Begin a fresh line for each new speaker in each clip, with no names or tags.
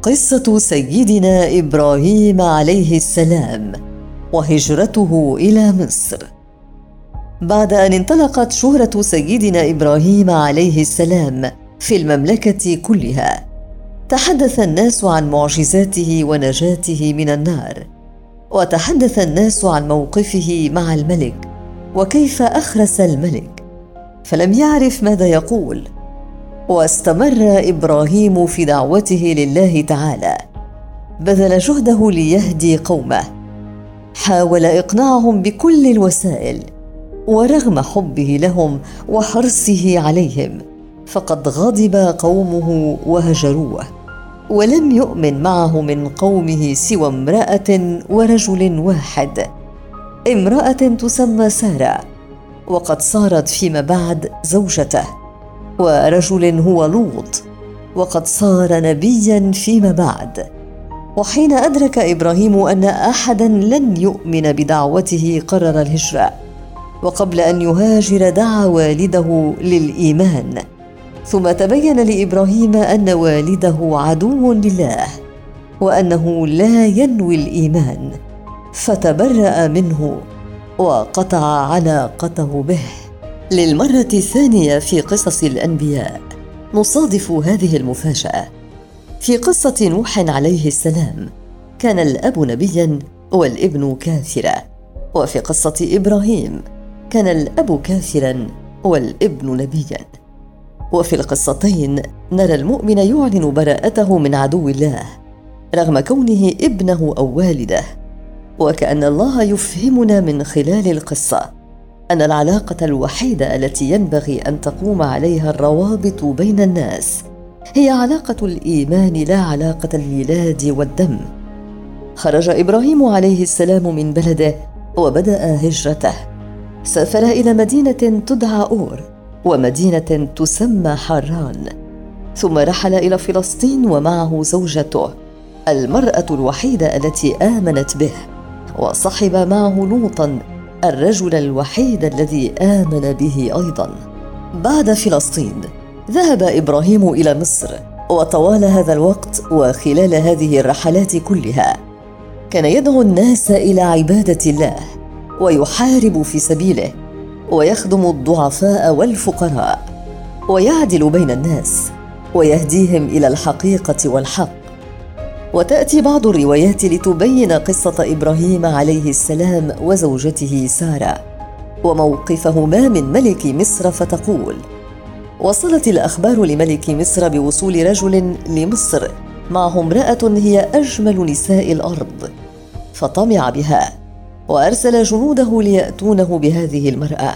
قصة سيدنا إبراهيم عليه السلام وهجرته إلى مصر. بعد أن انطلقت شهرة سيدنا إبراهيم عليه السلام في المملكة كلها، تحدث الناس عن معجزاته ونجاته من النار، وتحدث الناس عن موقفه مع الملك وكيف أخرس الملك، فلم يعرف ماذا يقول. واستمر إبراهيم في دعوته لله تعالى، بذل جهده ليهدي قومه، حاول إقناعهم بكل الوسائل، ورغم حبه لهم وحرصه عليهم فقد غضب قومه وهجروه، ولم يؤمن معه من قومه سوى امرأة ورجل واحد، امرأة تسمى سارة، وقد صارت فيما بعد زوجته، ورجل هو لوط، وقد صار نبيا فيما بعد. وحين أدرك إبراهيم أن أحدا لن يؤمن بدعوته قرر الهجرة، وقبل أن يهاجر دعا والده للإيمان، ثم تبين لإبراهيم أن والده عدو لله وأنه لا ينوي الإيمان، فتبرأ منه وقطع علاقته به. للمرة الثانية في قصص الأنبياء نصادف هذه المفاجأة. في قصة نوح عليه السلام كان الأب نبياً والابن كافراً، وفي قصة إبراهيم كان الأب كافراً والابن نبياً. وفي القصتين نرى المؤمن يعلن براءته من عدو الله رغم كونه ابنه أو والده، وكأن الله يفهمنا من خلال القصة أن العلاقة الوحيدة التي ينبغي أن تقوم عليها الروابط بين الناس هي علاقة الإيمان لا علاقة الميلاد والدم. خرج إبراهيم عليه السلام من بلده وبدأ هجرته، سافر إلى مدينة تدعى أور ومدينة تسمى حران، ثم رحل إلى فلسطين ومعه زوجته المرأة الوحيدة التي آمنت به، وصحب معه لوطاً الرجل الوحيد الذي آمن به أيضاً. بعد فلسطين ذهب إبراهيم إلى مصر، وطوال هذا الوقت وخلال هذه الرحلات كلها كان يدعو الناس إلى عبادة الله ويحارب في سبيله ويخدم الضعفاء والفقراء ويعدل بين الناس ويهديهم إلى الحقيقة والحق. وتأتي بعض الروايات لتبين قصة إبراهيم عليه السلام وزوجته سارة وموقفهما من ملك مصر، فتقول: وصلت الأخبار لملك مصر بوصول رجل لمصر معه امرأة هي أجمل نساء الأرض، فطمع بها وأرسل جنوده ليأتونه بهذه المرأة،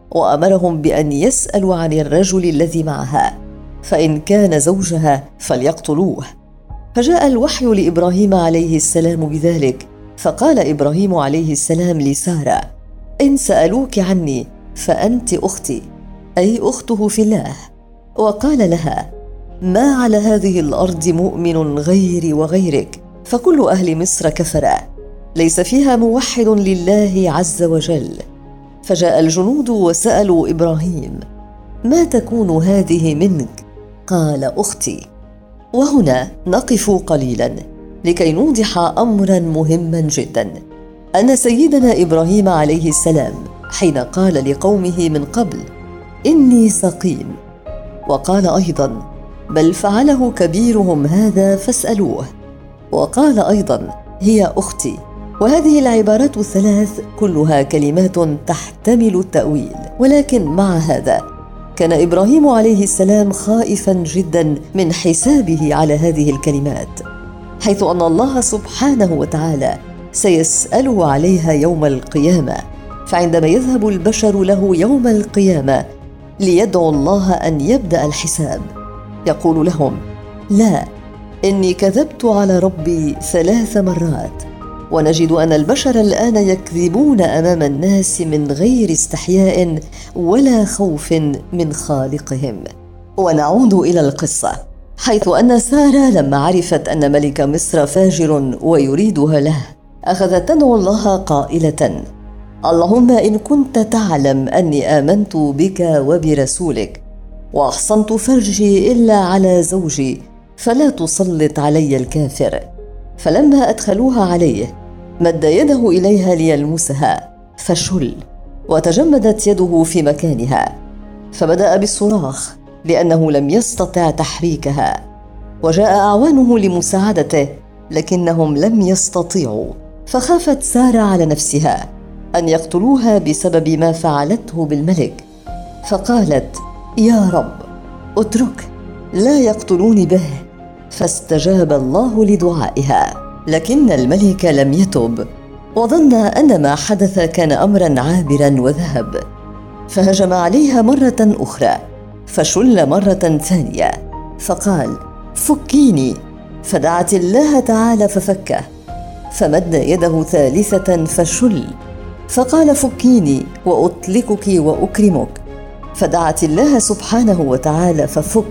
وأمرهم بأن يسألوا عن الرجل الذي معها، فإن كان زوجها فليقتلوه. فجاء الوحي لإبراهيم عليه السلام بذلك، فقال إبراهيم عليه السلام لسارة: إن سألوك عني فأنت أختي، أي أخته في الله. وقال لها: ما على هذه الأرض مؤمن غيري وغيرك، فكل أهل مصر كفرا، ليس فيها موحد لله عز وجل. فجاء الجنود وسألوا إبراهيم: ما تكون هذه منك؟ قال: أختي. وهنا نقف قليلا لكي نوضح أمرا مهما جدا، أن سيدنا إبراهيم عليه السلام حين قال لقومه من قبل: إني سقيم، وقال أيضا: بل فعله كبيرهم هذا فاسألوه، وقال أيضا: هي أختي، وهذه العبارات الثلاث كلها كلمات تحتمل التأويل. ولكن مع هذا كان إبراهيم عليه السلام خائفاً جداً من حسابه على هذه الكلمات، حيث أن الله سبحانه وتعالى سيسأله عليها يوم القيامة. فعندما يذهب البشر له يوم القيامة ليدعو الله أن يبدأ الحساب، يقول لهم: لا، إني كذبت على ربي 3 مرات. ونجد أن البشر الآن يكذبون أمام الناس من غير استحياء ولا خوف من خالقهم. ونعود إلى القصة، حيث أن سارة لما عرفت أن ملك مصر فاجر ويريدها له أخذت تدعو الله قائلة: اللهم إن كنت تعلم أني آمنت بك وبرسولك وأحصنت فرجي إلا على زوجي، فلا تسلط علي الكافر. فلما أدخلوها عليه مد يده إليها ليلمسها فشل، وتجمدت يده في مكانها، فبدأ بالصراخ لأنه لم يستطع تحريكها. وجاء أعوانه لمساعدته لكنهم لم يستطيعوا، فخافت سارة على نفسها أن يقتلوها بسبب ما فعلته بالملك، فقالت: يا رب اترك، لا يقتلوني به. فاستجاب الله لدعائها، لكن الملك لم يتب، وظن أن ما حدث كان أمراً عابراً وذهب، فهجم عليها مرة أخرى فشل مرة ثانية، فقال: فكيني. فدعت الله تعالى ففكه، فمد يده ثالثة فشل، فقال: فكيني وأطلقك وأكرمك. فدعت الله سبحانه وتعالى ففك.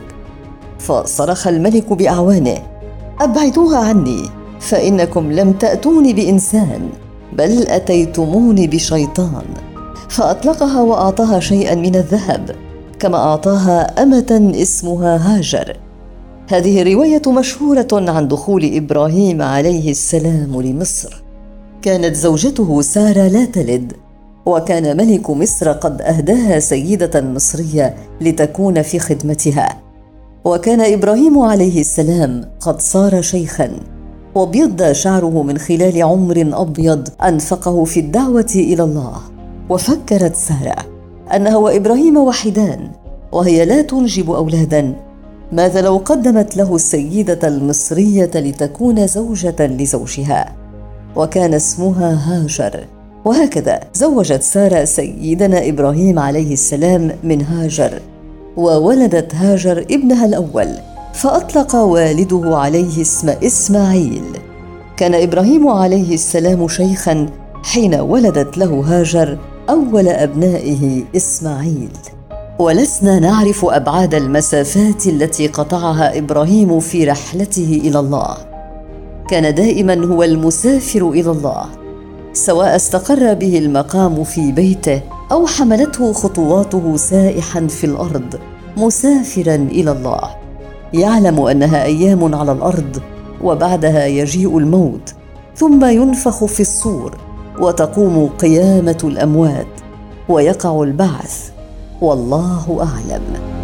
فصرخ الملك بأعوانه: أبعدوها عني، فإنكم لم تأتوني بإنسان بل أتيتموني بشيطان. فأطلقها وأعطاها شيئا من الذهب، كما أعطاها أمة اسمها هاجر. هذه رواية مشهورة عن دخول إبراهيم عليه السلام لمصر. كانت زوجته سارة لا تلد، وكان ملك مصر قد أهداها سيدة مصرية لتكون في خدمتها. وكان إبراهيم عليه السلام قد صار شيخاً، وابيض شعره من خلال عمر أبيض أنفقه في الدعوة إلى الله. وفكرت سارة أنها وإبراهيم وحيدان، وهي لا تنجب أولادا. ماذا لو قدمت له السيدة المصرية لتكون زوجة لزوجها؟ وكان اسمها هاجر. وهكذا زوجت سارة سيدنا إبراهيم عليه السلام من هاجر، وولدت هاجر ابنها الأول، فأطلق والده عليه اسم إسماعيل. كان إبراهيم عليه السلام شيخاً حين ولدت له هاجر أول أبنائه إسماعيل. ولسنا نعرف أبعاد المسافات التي قطعها إبراهيم في رحلته إلى الله. كان دائماً هو المسافر إلى الله، سواء استقر به المقام في بيته أو حملته خطواته سائحاً في الأرض مسافراً إلى الله. يعلم أنها أيام على الأرض، وبعدها يجيء الموت، ثم ينفخ في الصور، وتقوم قيامة الأموات، ويقع البعث، والله أعلم.